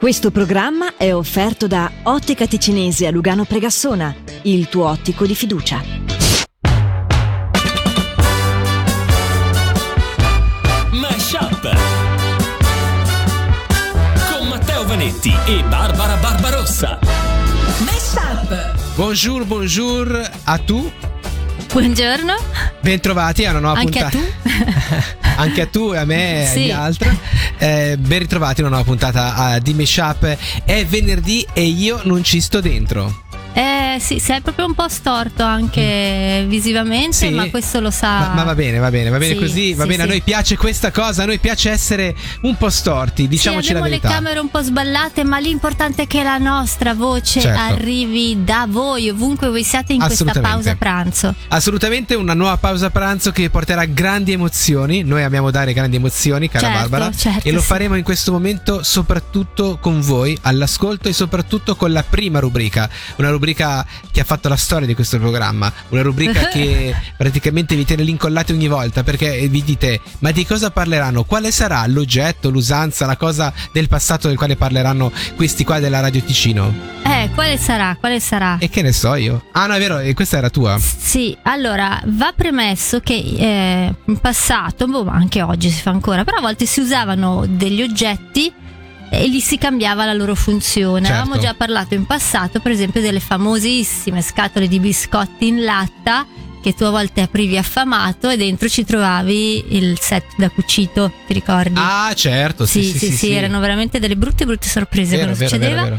Questo programma è offerto da Ottica Ticinese a Lugano Pregassona, il tuo ottico di fiducia. Mashup con Matteo Vanetti e Barbara Barbarossa. Mashup. Bonjour a tu. Buongiorno. Bentrovati a una nuova puntata. Anche a tu. Anche a tu e a me e agli altri. Ben ritrovati a una nuova puntata di Mashup. È venerdì e io non ci sto dentro. Sì, sei proprio un po' storto anche visivamente, sì, ma questo lo sa. Ma va bene sì, così, va sì, bene. sì. A noi piace questa cosa, a noi piace essere un po' storti, diciamoci la verità. Abbiamo le camere un po' sballate, ma l'importante è che la nostra voce arrivi da voi, ovunque voi siate in questa pausa pranzo. Assolutamente, una nuova pausa pranzo che porterà grandi emozioni. Noi amiamo dare grandi emozioni, cara Barbara, e lo faremo in questo momento soprattutto con voi all'ascolto e soprattutto con la prima rubrica, una rubrica che ha fatto la storia di questo programma, una rubrica che praticamente vi tiene lì incollati ogni volta, perché vi dite: ma di cosa parleranno? Quale sarà l'oggetto, l'usanza, la cosa del passato del quale parleranno questi qua della Radio Ticino? Quale sarà? E che ne so io? Ah no, è vero, questa era tua. Sì, allora va premesso che in passato, ma anche oggi si fa ancora, però a volte si usavano degli oggetti e gli si cambiava la loro funzione. Avevamo già parlato in passato, per esempio, delle famosissime scatole di biscotti in latta che tu a volte aprivi affamato e dentro ci trovavi il set da cucito, ti ricordi? Ah, certo, sì, erano veramente delle brutte sorprese quando succedeva. Vero.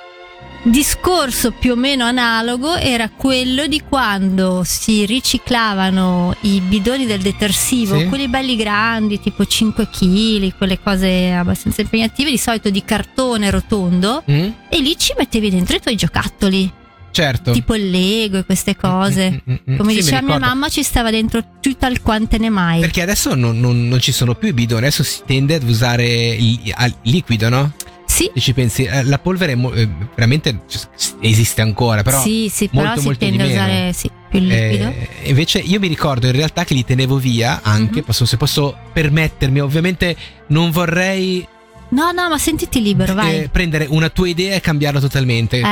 Discorso più o meno analogo era quello di quando si riciclavano i bidoni del detersivo, quelli belli grandi, tipo 5 kg, quelle cose abbastanza impegnative, di solito di cartone rotondo, e lì ci mettevi dentro i tuoi giocattoli. Certo. Tipo il Lego e queste cose. Come diceva mia mamma, ci stava dentro tutto al quante ne mai. Perché adesso non ci sono più i bidoni, adesso si tende ad usare il liquido, no? Sì. Se ci pensi, la polvere veramente esiste ancora, però però si tende a usare più il liquido. Invece io mi ricordo in realtà che li tenevo via anche, se posso permettermi, ovviamente non vorrei. No, ma sentiti libero, vai. Prendere una tua idea e cambiarla totalmente.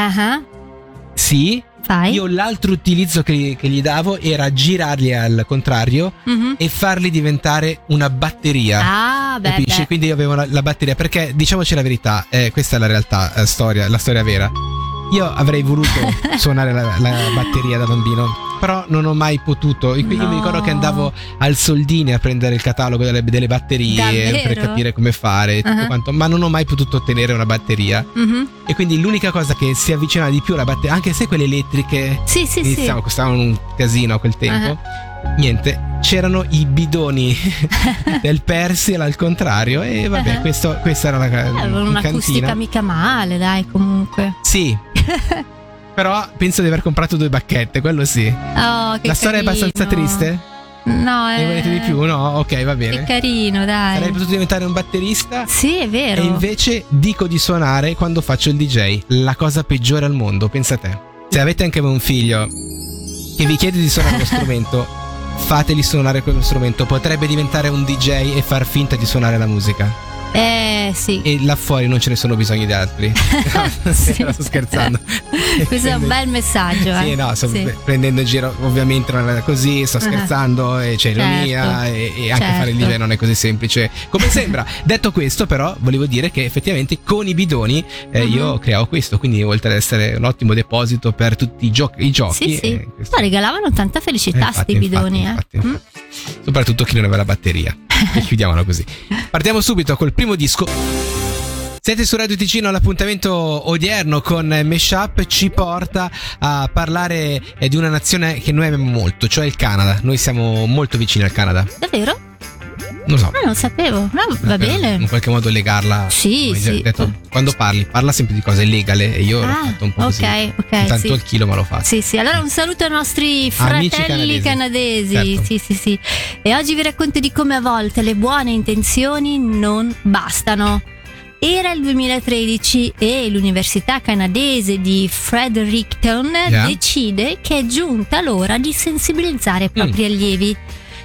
Sì. Fai. Io l'altro utilizzo che gli davo era girarli al contrario e farli diventare una batteria. Capisci? Quindi io avevo la batteria, perché diciamoci la verità, questa è la realtà, la storia vera. Io avrei voluto suonare la batteria da bambino, però non ho mai potuto. Io mi ricordo che andavo al Soldini a prendere il catalogo delle batterie. Davvero? Per capire come fare e tutto quanto, ma non ho mai potuto ottenere una batteria. E quindi l'unica cosa che si avvicinava di più alla batteria, anche se quelle elettriche costavano un casino a quel tempo, niente, c'erano i bidoni del Persil al contrario, e vabbè, questa era un'acustica mica male, dai, comunque. Sì. Però penso di aver comprato 2 bacchette, quello sì. La storia è abbastanza triste? No, ne volete di più? No? Ok, va bene. Che carino, dai. Sarei potuto diventare un batterista? Sì, è vero. E invece dico di suonare quando faccio il DJ. La cosa peggiore al mondo, pensa a te. Se avete anche un figlio che vi chiede di suonare uno strumento, fateli suonare quello strumento. Potrebbe diventare un DJ e far finta di suonare la musica. Sì. E là fuori non ce ne sono bisogni di altri. Sto scherzando. Questo è un bel messaggio. Sì, no, sto prendendo in giro. Ovviamente non è così, sto scherzando, e c'è ironia, e anche fare il DJ non è così semplice come sembra. Detto questo, però, volevo dire che effettivamente con i bidoni io creavo questo, quindi oltre ad essere un ottimo deposito per tutti i giochi. Regalavano tanta felicità sti bidoni. Infatti. Soprattutto chi non aveva la batteria. E chiudiamola così. Partiamo subito col primo disco. Siete su Radio Ticino, l'appuntamento odierno con Mashup ci porta a parlare di una nazione che noi amiamo molto, cioè il Canada. Noi siamo molto vicini al Canada. Davvero? Non lo so. Non sapevo. No, va bene. In qualche modo legarla. Sì. Detto, quando parla sempre di cose legale, e io l'ho fatto un po' così. Ok. Tanto al chilo, ma l'ho fatto. Sì. Allora un saluto ai nostri fratelli canadesi. Certo. Sì. E oggi vi racconto di come a volte le buone intenzioni non bastano. Era il 2013 e l'università canadese di Fredericton decide che è giunta l'ora di sensibilizzare i propri allievi.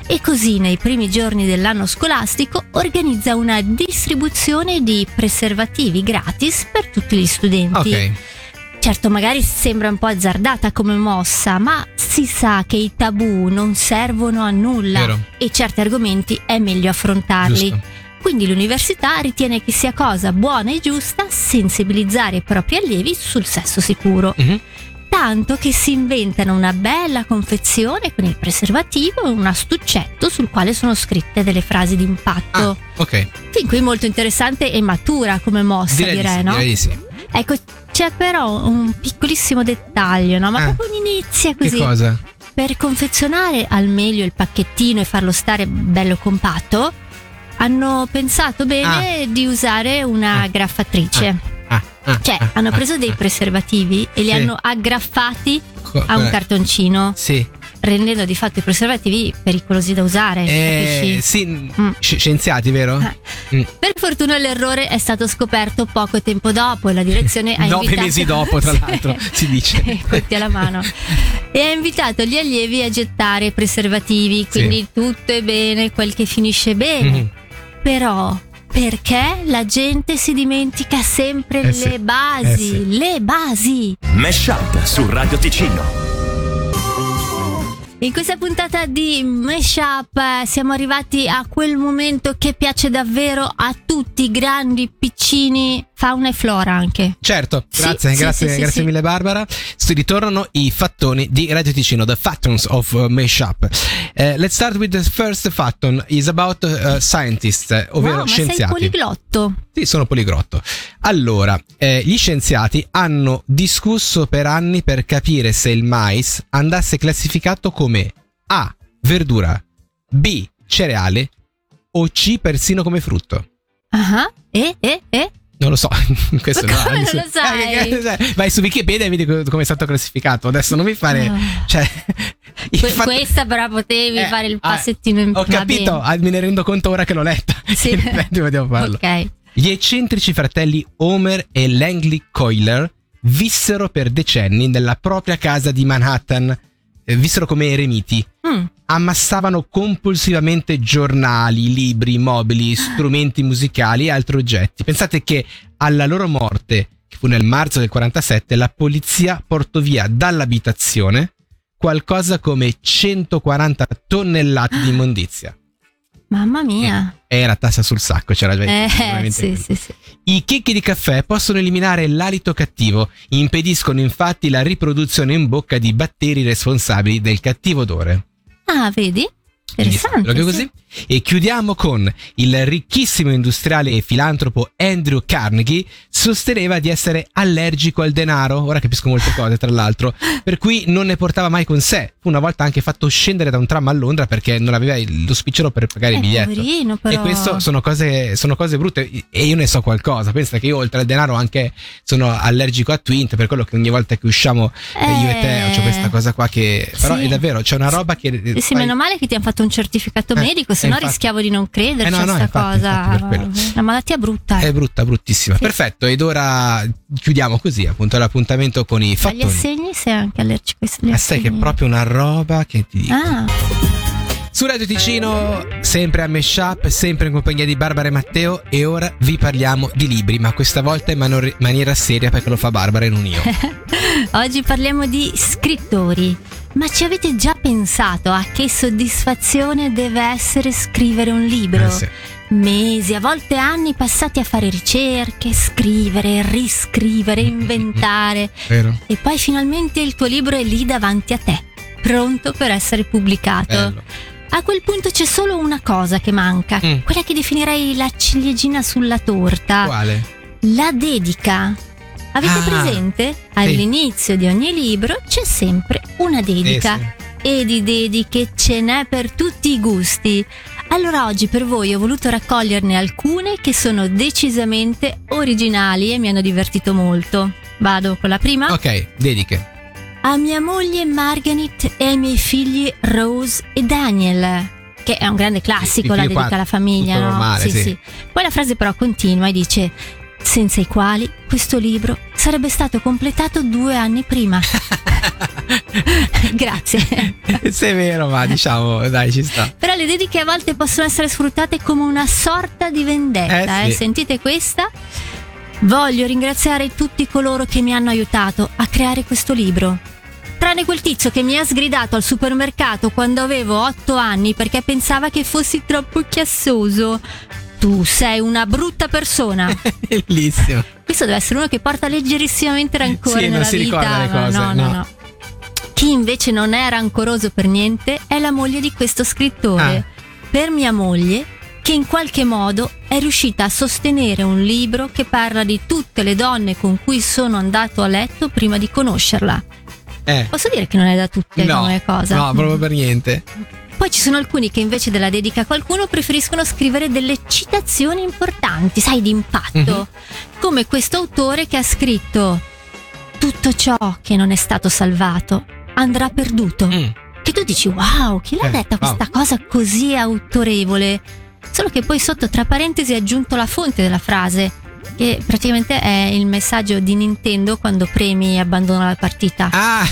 e così nei primi giorni dell'anno scolastico organizza una distribuzione di preservativi gratis per tutti gli studenti. Ok. Certo, magari sembra un po' azzardata come mossa, ma si sa che i tabù non servono a nulla. Vero. E certi argomenti è meglio affrontarli. Giusto. Quindi l'università ritiene che sia cosa buona e giusta sensibilizzare i propri allievi sul sesso sicuro. Mm-hmm. Tanto che si inventano una bella confezione con il preservativo e un astuccetto sul quale sono scritte delle frasi d'impatto. Ok. Fin qui molto interessante e matura come mossa, direi, no? Direi di sì. Ecco, c'è però un piccolissimo dettaglio, no? Ma proprio un'inizia così. Che cosa? Per confezionare al meglio il pacchettino e farlo stare bello compatto, hanno pensato bene di usare una graffatrice. Cioè, hanno preso dei preservativi e li hanno aggraffati a un cartoncino. Sì. Rendendo di fatto i preservativi pericolosi da usare. Capisci? Sì, scienziati, vero? Per fortuna l'errore è stato scoperto poco tempo dopo e la direzione ha 9 mesi dopo, tra l'altro, si dice. Tutti alla mano. E ha invitato gli allievi a gettare preservativi, quindi tutto è bene, quel che finisce bene. Però perché la gente si dimentica sempre le basi, le basi. Mashup su Radio Ticino. In questa puntata di Mashup siamo arrivati a quel momento che piace davvero a tutti, grandi, piccini, fauna e flora anche. Certo, grazie mille Barbara. Ritornano i fattoni di Radio Ticino, the Factons of Mashup. Let's start with the first facton, is about scientists, ovvero scienziati. Ma sei poliglotto? Sì, sono poliglotto. Allora, gli scienziati hanno discusso per anni per capire se il mais andasse classificato come A, verdura, B, cereale o C, persino come frutto. Non lo so, questo ma come non lo sai? Vai su Wikipedia e vedi come è stato classificato. Adesso non mi fare questa però potevi fare il passettino in più. Ho capito, me ne rendo conto ora che l'ho letta. Sì. In effetti dobbiamo farlo. Ok. Gli eccentrici fratelli Homer e Langley Coiler vissero per decenni nella propria casa di Manhattan, vissero come eremiti. Ammassavano compulsivamente giornali, libri, mobili, strumenti musicali e altri oggetti. Pensate che alla loro morte, che fu nel marzo del 47, la polizia portò via dall'abitazione qualcosa come 140 tonnellate di immondizia. Mamma mia. Era tassa sul sacco, c'era già sì. I chicchi di caffè possono eliminare l'alito cattivo, impediscono infatti la riproduzione in bocca di batteri responsabili del cattivo odore. Ah, vedi? Interessante. Proprio così. E chiudiamo con il ricchissimo industriale e filantropo Andrew Carnegie sosteneva di essere allergico al denaro. Ora capisco molte cose, tra l'altro, per cui non ne portava mai con sé. Fu una volta anche fatto scendere da un tram a Londra perché non aveva lo spicciolo per pagare il biglietto. Poverino, però. E questo sono cose brutte e io ne so qualcosa. Pensa che io oltre al denaro anche sono allergico a Twint, per quello che ogni volta che usciamo io e te c'ho questa cosa qua che però è davvero, c'è una roba che sì, meno male che ti hanno fatto un certificato medico, se no rischiavo di non crederci a questa cosa. Una malattia brutta. È bruttissima. Sì. Perfetto, ed ora chiudiamo così appunto l'appuntamento con i fattoni. Agli assegni sei anche allergico ai assegni. Sai che è proprio una roba che ti dico. Su Radio Ticino, sempre a Mashup, sempre in compagnia di Barbara e Matteo, e ora vi parliamo di libri, ma questa volta in maniera seria perché lo fa Barbara e non io. Oggi parliamo di scrittori. Ma ci avete già pensato a che soddisfazione deve essere scrivere un libro? Sì. Mesi, a volte anni passati a fare ricerche, scrivere, riscrivere, inventare. Vero. E poi finalmente il tuo libro è lì davanti a te, pronto per essere pubblicato. Bello. A quel punto c'è solo una cosa che manca, quella che definirei la ciliegina sulla torta. Quale? La dedica. Avete presente? All'inizio di ogni libro c'è sempre una dedica. Sì. E di dediche ce n'è per tutti i gusti. Allora oggi per voi ho voluto raccoglierne alcune che sono decisamente originali e mi hanno divertito molto. Vado con la prima? Ok, dediche. A mia moglie Margaret e ai miei figli Rose e Daniel, che è un grande classico, la dedica alla famiglia, no? Normale, sì. Poi la frase però continua e dice: senza i quali questo libro sarebbe stato completato 2 anni prima. Grazie. Se è vero, ma diciamo, dai, ci sta. Però le dediche a volte possono essere sfruttate come una sorta di vendetta. Sì. Sentite questa? Voglio ringraziare tutti coloro che mi hanno aiutato a creare questo libro. Tranne quel tizio che mi ha sgridato al supermercato quando avevo 8 anni perché pensava che fossi troppo chiassoso. Tu sei una brutta persona. Bellissimo. Questo deve essere uno che porta leggerissimamente rancore nella non si vita. Ricorda le cose, No. Chi invece non è rancoroso per niente è la moglie di questo scrittore. Per mia moglie, che in qualche modo è riuscita a sostenere un libro che parla di tutte le donne con cui sono andato a letto prima di conoscerla. Posso dire che non è da tutte come cosa? No, proprio per niente. Poi ci sono alcuni che invece della dedica a qualcuno preferiscono scrivere delle citazioni importanti, sai, di impatto. Come questo autore che ha scritto: tutto ciò che non è stato salvato andrà perduto. Che tu dici, wow, chi l'ha detta questa cosa così autorevole? Solo che poi sotto tra parentesi ha aggiunto la fonte della frase, che praticamente è il messaggio di Nintendo quando premi abbandona la partita.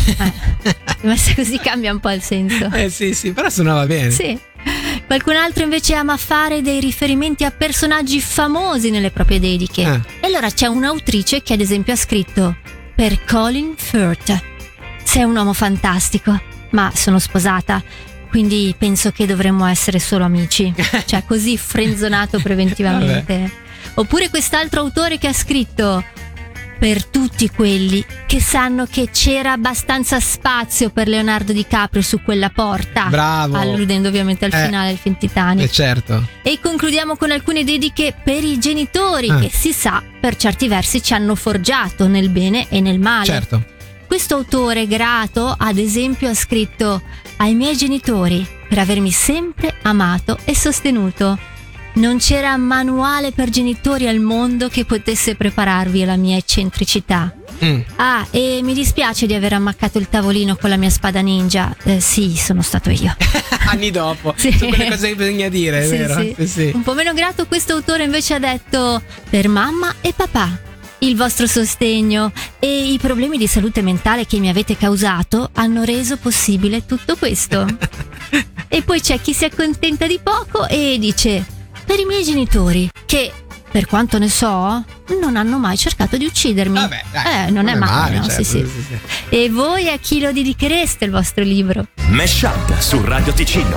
Messa così cambia un po' il senso. Sì, però suonava bene. Sì. Qualcun altro invece ama fare dei riferimenti a personaggi famosi nelle proprie dediche. E allora c'è un'autrice che ad esempio ha scritto: per Colin Firth, sei un uomo fantastico, ma sono sposata, quindi penso che dovremmo essere solo amici. Cioè così frenzonato preventivamente. Oppure quest'altro autore che ha scritto: per tutti quelli che sanno che c'era abbastanza spazio per Leonardo DiCaprio su quella porta. Bravo. Alludendo ovviamente al finale del film Titanic. Certo. E concludiamo con alcune dediche per i genitori che si sa per certi versi ci hanno forgiato nel bene e nel male. Certo. Questo autore grato ad esempio ha scritto: ai miei genitori per avermi sempre amato e sostenuto. Non c'era manuale per genitori al mondo che potesse prepararvi alla mia eccentricità. E mi dispiace di aver ammaccato il tavolino con la mia spada ninja. Sì, sono stato io. Anni dopo. Sono quelle cose che bisogna dire, è vero? Sì. Un po' meno grato questo autore invece ha detto: per mamma e papà, il vostro sostegno e i problemi di salute mentale che mi avete causato hanno reso possibile tutto questo. E poi c'è chi si accontenta di poco e dice: per i miei genitori, che per quanto ne so non hanno mai cercato di uccidermi. Vabbè, dai, non è male, no? certo, Sì. E voi a chi lo dedichereste il vostro libro? Mashup su Radio Ticino.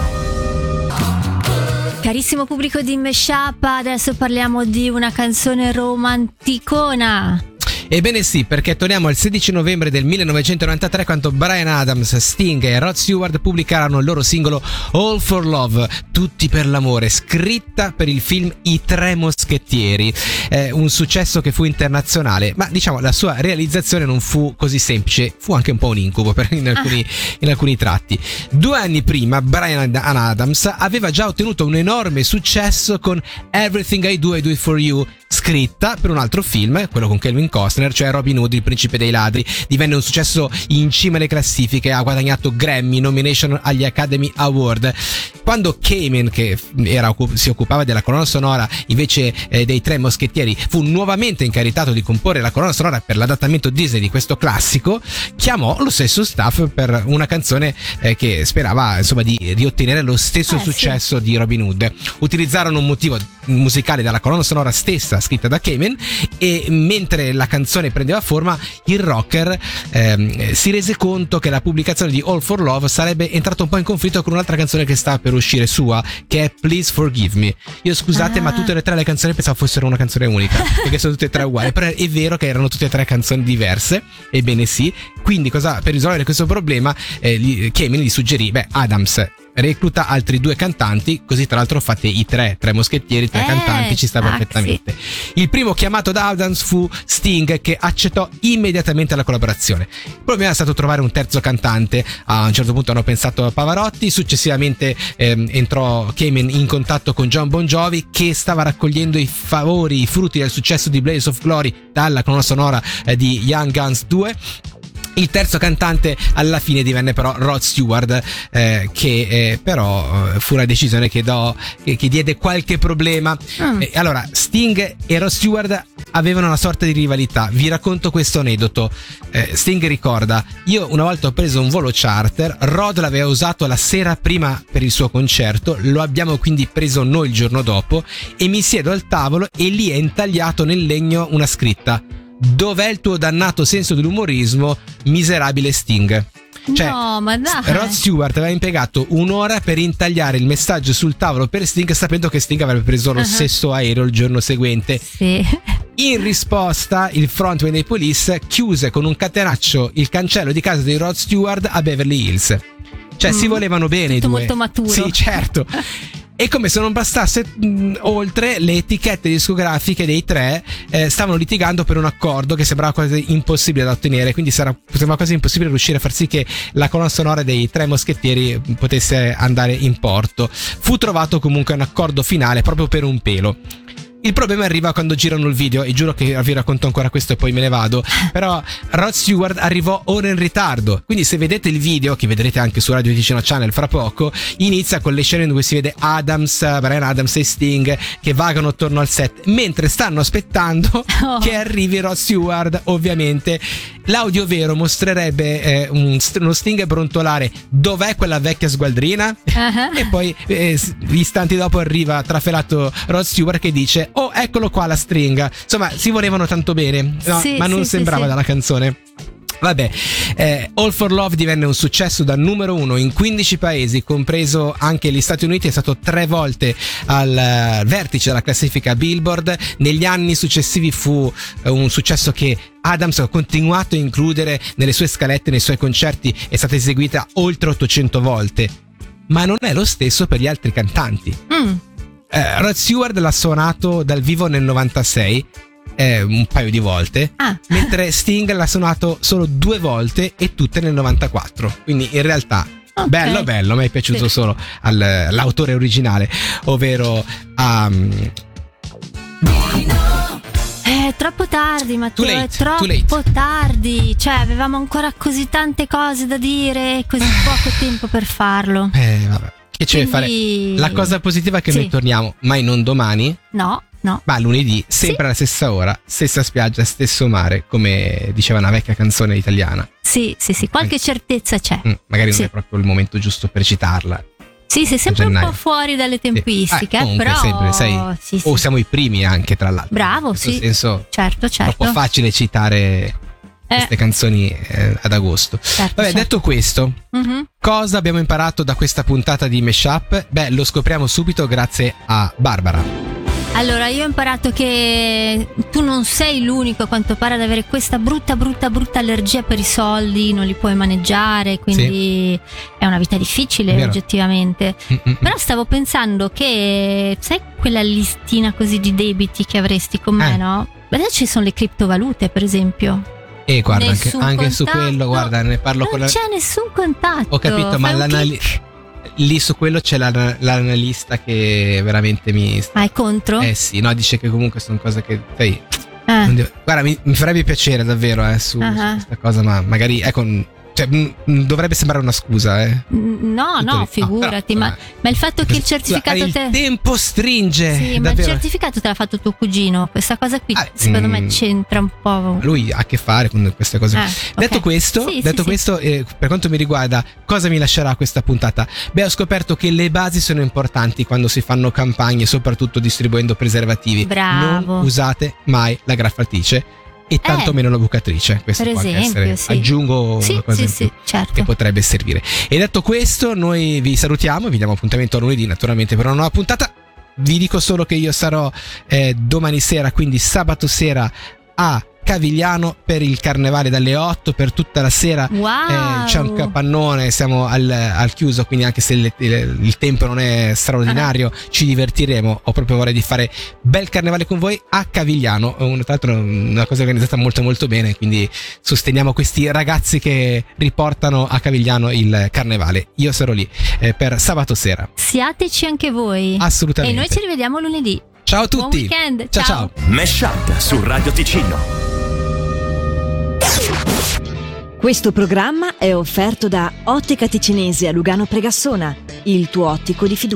Carissimo pubblico di Mashup, adesso parliamo di una canzone romanticona. Ebbene sì, perché torniamo al 16 novembre del 1993, quando Bryan Adams, Sting e Rod Stewart pubblicarono il loro singolo All for Love, Tutti per l'amore, scritta per il film I Tre Moschettieri, un successo che fu internazionale, ma diciamo la sua realizzazione non fu così semplice, fu anche un po' un incubo in alcuni tratti. 2 anni prima Bryan Adams aveva già ottenuto un enorme successo con Everything I Do It For You, scritta per un altro film, quello con Kevin Costner, cioè Robin Hood, il principe dei ladri. Divenne un successo in cima alle classifiche, ha guadagnato Grammy, nomination agli Academy Award. Quando Kamen, che si occupava della colonna sonora invece dei Tre Moschettieri, fu nuovamente incaricato di comporre la colonna sonora per l'adattamento Disney di questo classico, chiamò lo stesso staff per una canzone che sperava insomma di riottenere lo stesso successo di Robin Hood. Utilizzarono un motivo musicale dalla colonna sonora stessa scritta da Kamen, e mentre la canzone prendeva forma il rocker si rese conto che la pubblicazione di All for Love sarebbe entrata un po' in conflitto con un'altra canzone che stava per uscire sua, che è Please Forgive Me. Io scusate, ma tutte e tre le canzoni pensavo fossero una canzone unica, perché sono tutte e tre uguali, però è vero che erano tutte e tre canzoni diverse. Ebbene sì, quindi per risolvere questo problema Kamen gli suggerì: Adams, recluta altri 2 cantanti, così tra l'altro fate i tre moschettieri, 3 cantanti, ci sta perfettamente. Sì. Il primo chiamato da Adams fu Sting, che accettò immediatamente la collaborazione. Il problema è stato trovare un terzo cantante. A un certo punto hanno pensato a Pavarotti, successivamente entrò Kamen in contatto con John Bon Jovi, che stava raccogliendo i frutti del successo di Blaze of Glory dalla colonna sonora di Young Guns 2. Il terzo cantante alla fine divenne però Rod Stewart, che però fu una decisione che diede qualche problema. Allora Sting e Rod Stewart avevano una sorta di rivalità. Vi racconto questo aneddoto. Sting ricorda: io una volta ho preso un volo charter, Rod l'aveva usato la sera prima per il suo concerto, lo abbiamo quindi preso noi il giorno dopo e mi siedo al tavolo e lì è intagliato nel legno una scritta: dov'è il tuo dannato senso dell'umorismo, miserabile Sting? Cioè, no, ma dai. Rod Stewart aveva impiegato un'ora per intagliare il messaggio sul tavolo per Sting, sapendo che Sting avrebbe preso lo stesso aereo il giorno seguente. Sì. In risposta, il frontman dei Police chiuse con un catenaccio il cancello di casa di Rod Stewart a Beverly Hills. Cioè, si volevano bene i due. Molto maturo. Sì, certo. E come se non bastasse, oltre, le etichette discografiche dei tre stavano litigando per un accordo che sembrava quasi impossibile da ottenere, quindi sembrava quasi impossibile riuscire a far sì che la colonna sonora dei Tre Moschettieri potesse andare in porto. Fu trovato comunque un accordo finale proprio per un pelo. Il problema arriva quando girano il video, e giuro che vi racconto ancora questo e poi me ne vado. Però Rod Stewart arrivò ora in ritardo, quindi se vedete il video, che vedrete anche su Radio Ticino Channel fra poco, inizia con le scene in cui si vede Brian Adams e Sting che vagano attorno al set mentre stanno aspettando che arrivi Rod Stewart. Ovviamente l'audio vero mostrerebbe uno Sting brontolare: dov'è quella vecchia sgualdrina? E poi istanti dopo arriva trafelato Rod Stewart che dice: oh, eccolo qua la stringa. Insomma, si volevano tanto bene, no? Sì, ma non sì, sembrava sì. dalla canzone. Vabbè, All for Love divenne un successo da numero 1 in 15 paesi, compreso anche gli Stati Uniti. È stato 3 volte al vertice della classifica Billboard. Negli anni successivi fu un successo che Adams ha continuato a includere nelle sue scalette, nei suoi concerti. È stata eseguita oltre 800 volte. Ma non è lo stesso per gli altri cantanti. Rod Stewart l'ha suonato dal vivo nel 96, un paio di volte, mentre Sting l'ha suonato solo 2 volte e tutte nel 94. Quindi in realtà bello, a me è piaciuto solo l'autore originale, ovvero È troppo tardi, Matteo, è troppo late. tardi. Cioè, avevamo ancora così tante cose da dire, così poco tempo per farlo. Vabbè. Che ci deve fare? La cosa positiva è che noi torniamo, mai non domani. No. Ma lunedì, sempre alla stessa ora, stessa spiaggia, stesso mare, come diceva una vecchia canzone italiana. Sì, qualche certezza c'è. Magari non è proprio il momento giusto per citarla. Sì, sei sempre un po' fuori dalle tempistiche, comunque, però sempre, sai, siamo i primi anche, tra l'altro. Bravo, in questo senso, certo. È troppo facile citare queste canzoni ad agosto. Vabbè, detto questo, cosa abbiamo imparato da questa puntata di Meshup? Beh, lo scopriamo subito grazie a Barbara. Allora, io ho imparato che tu non sei l'unico, a quanto pare, ad avere questa brutta allergia per i soldi, non li puoi maneggiare, quindi è una vita difficile oggettivamente. Però stavo pensando che, sai, quella listina così di debiti che avresti con me, no? Adesso ci sono le criptovalute, per esempio. E guarda, anche su quello, guarda, ne parlo con non c'è nessun contatto. Ho capito, ma lì su quello c'è l'analista che veramente mi è contro? Sì, no, dice che comunque sono cose che guarda, mi farebbe piacere davvero su questa cosa, ma magari dovrebbe sembrare una scusa, No, figurati, ma il fatto che il certificato il tempo stringe. Sì, ma il certificato te l'ha fatto tuo cugino. Questa cosa qui secondo me c'entra un po'. Lui ha a che fare con queste cose. Detto questo, per quanto mi riguarda, cosa mi lascerà questa puntata? Beh, ho scoperto che le basi sono importanti quando si fanno campagne, soprattutto distribuendo preservativi. Bravo. Non usate mai la graffiatrice e tanto meno la bucatrice. Questo per può esempio, essere. Aggiungo una cosa in più certo, che potrebbe servire. E detto questo, noi vi salutiamo, vi diamo appuntamento a lunedì naturalmente per una nuova puntata. Vi dico solo che io sarò domani sera, quindi sabato sera, a Cavigliano per il carnevale dalle 8 per tutta la sera. C'è un capannone, siamo al chiuso, quindi anche se il tempo non è straordinario, ci divertiremo. Ho proprio voglia di fare bel carnevale con voi a Cavigliano, tra l'altro una cosa organizzata molto molto bene, quindi sosteniamo questi ragazzi che riportano a Cavigliano il carnevale. Io sarò lì per sabato sera. Siateci anche voi. Assolutamente. E noi ci rivediamo lunedì. Ciao a tutti. Buon weekend. Ciao. Meshup su Radio Ticino. Questo programma è offerto da Ottica Ticinese a Lugano Pregassona, il tuo ottico di fiducia.